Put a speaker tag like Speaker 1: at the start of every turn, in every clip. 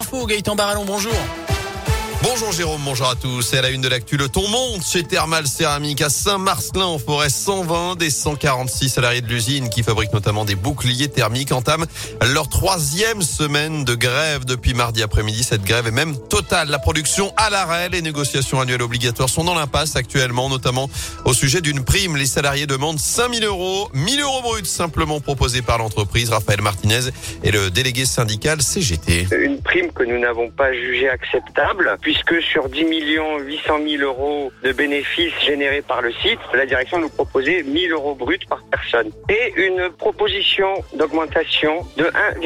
Speaker 1: l'info, Gaëtan Barallon, bonjour.
Speaker 2: Bonjour Jérôme, bonjour à tous. Et à la une de l'actu, le ton monte chez Thermal Céramique à Saint-Marcelin en forêt. 120 des 146 salariés de l'usine qui fabriquent notamment des boucliers thermiques entament leur 3e semaine de grève depuis mardi après-midi. Cette grève est même totale. La production à l'arrêt, les négociations annuelles obligatoires sont dans l'impasse actuellement, notamment au sujet d'une prime. Les salariés demandent 5 000 euros, 1 000 euros bruts simplement proposés par l'entreprise. Raphaël Martinez est le délégué syndical CGT.
Speaker 3: Une prime que nous n'avons pas jugée acceptable, puisque sur 10 800 000 euros de bénéfices générés par le site, la direction nous proposait 1 000 euros bruts par personne. Et une proposition d'augmentation de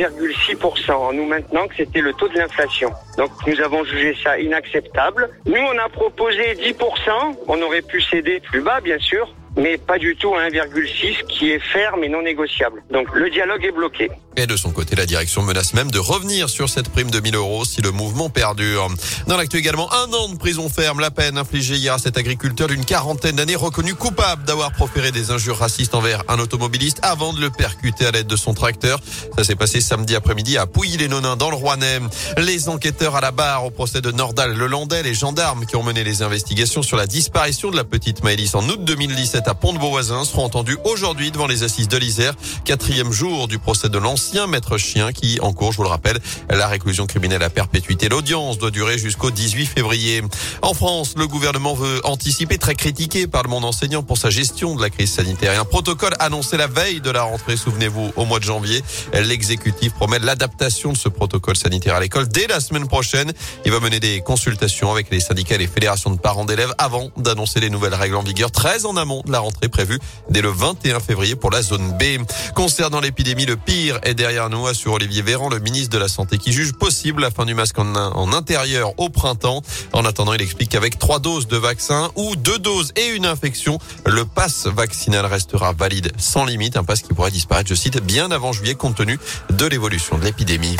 Speaker 3: 1,6% en nous maintenant que c'était le taux de l'inflation. Donc nous avons jugé ça inacceptable. Nous on a proposé 10%, on aurait pu céder plus bas bien sûr, mais pas du tout à 1,6 qui est ferme et non négociable. Donc le dialogue est bloqué.
Speaker 2: Et de son côté, la direction menace même de revenir sur cette prime de 1 000 euros si le mouvement perdure. Dans l'actu également, 1 an de prison ferme, la peine infligée hier à cet agriculteur d'une 40aine d'années reconnu coupable d'avoir proféré des injures racistes envers un automobiliste avant de le percuter à l'aide de son tracteur. Ça s'est passé samedi après-midi à Pouilly-les-Nonains dans le Rouennais. Les enquêteurs à la barre au procès de Nordal-Lelandais, les gendarmes qui ont mené les investigations sur la disparition de la petite Maëlys en août 2017 à Pont-de-Beauvoisin seront entendus aujourd'hui devant les assises de l'Isère. 4e jour du procès de l'ancien maître chien qui encourt, je vous le rappelle, la réclusion criminelle à perpétuité. L'audience doit durer jusqu'au 18 février. En France, le gouvernement veut anticiper, très critiqué par le monde enseignant pour sa gestion de la crise sanitaire. Un protocole annoncé la veille de la rentrée, souvenez-vous, au mois de janvier. L'exécutif promet l'adaptation de ce protocole sanitaire à l'école dès la semaine prochaine. Il va mener des consultations avec les syndicats et les fédérations de parents d'élèves avant d'annoncer les nouvelles règles en vigueur très en amont de la rentrée prévue dès le 21 février pour la zone B. Concernant l'épidémie, le pire est derrière nous, assure Olivier Véran, le ministre de la Santé, qui juge possible la fin du masque en intérieur au printemps. En attendant, il explique qu'avec 3 doses de vaccin ou 2 doses et une infection, le pass vaccinal restera valide sans limite. Un pass qui pourrait disparaître, je cite, bien avant juillet compte tenu de l'évolution de l'épidémie.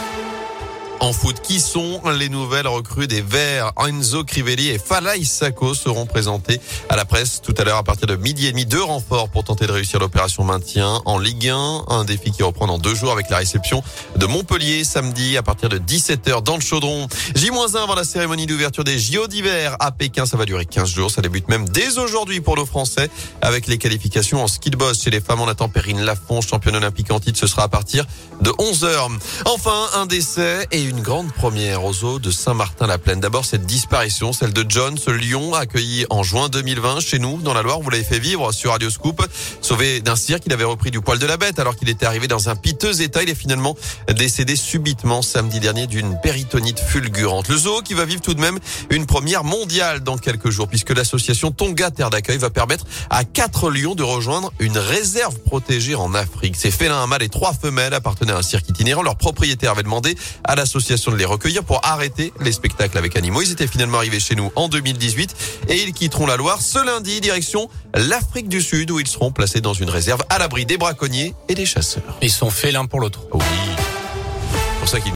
Speaker 2: En foot, qui sont les nouvelles recrues des Verts? Enzo Crivelli et Falaï Sacco seront présentés à la presse tout à l'heure à partir de 12h30. 2 renforts pour tenter de réussir l'opération maintien en Ligue 1. Un défi qui reprend dans 2 jours avec la réception de Montpellier samedi à partir de 17h dans le Chaudron. J-1 avant la cérémonie d'ouverture des JO d'hiver à Pékin. Ça va durer 15 jours. Ça débute même dès aujourd'hui pour nos Français avec les qualifications en ski de boss. Chez les femmes, on attend Perrine Lafont, championne olympique en titre. Ce sera à partir de 11h. Enfin, un décès et une grande première aux eaux de Saint-Martin-la-Plaine. D'abord, cette disparition, celle de John, ce lion accueilli en juin 2020 chez nous, dans la Loire. Vous l'avez fait vivre sur Radio Scoop. Sauvé d'un cirque, il avait repris du poil de la bête alors qu'il était arrivé dans un piteux état. Il est finalement décédé subitement samedi dernier d'une péritonite fulgurante. Le zoo qui va vivre tout de même une première mondiale dans quelques jours puisque l'association Tonga Terre d'accueil va permettre à 4 lions de rejoindre une réserve protégée en Afrique. Ces félins, un mâle et 3 femelles, appartenaient à un cirque itinérant. Leur propriétaire avait demandé à l'association de les recueillir pour arrêter les spectacles avec animaux. Ils étaient finalement arrivés chez nous en 2018 et ils quitteront la Loire ce lundi, direction l'Afrique du Sud où ils seront placés dans une réserve à l'abri des braconniers et des chasseurs.
Speaker 1: Ils sont félins pour l'autre.
Speaker 2: Oui. C'est pour ça qu'ils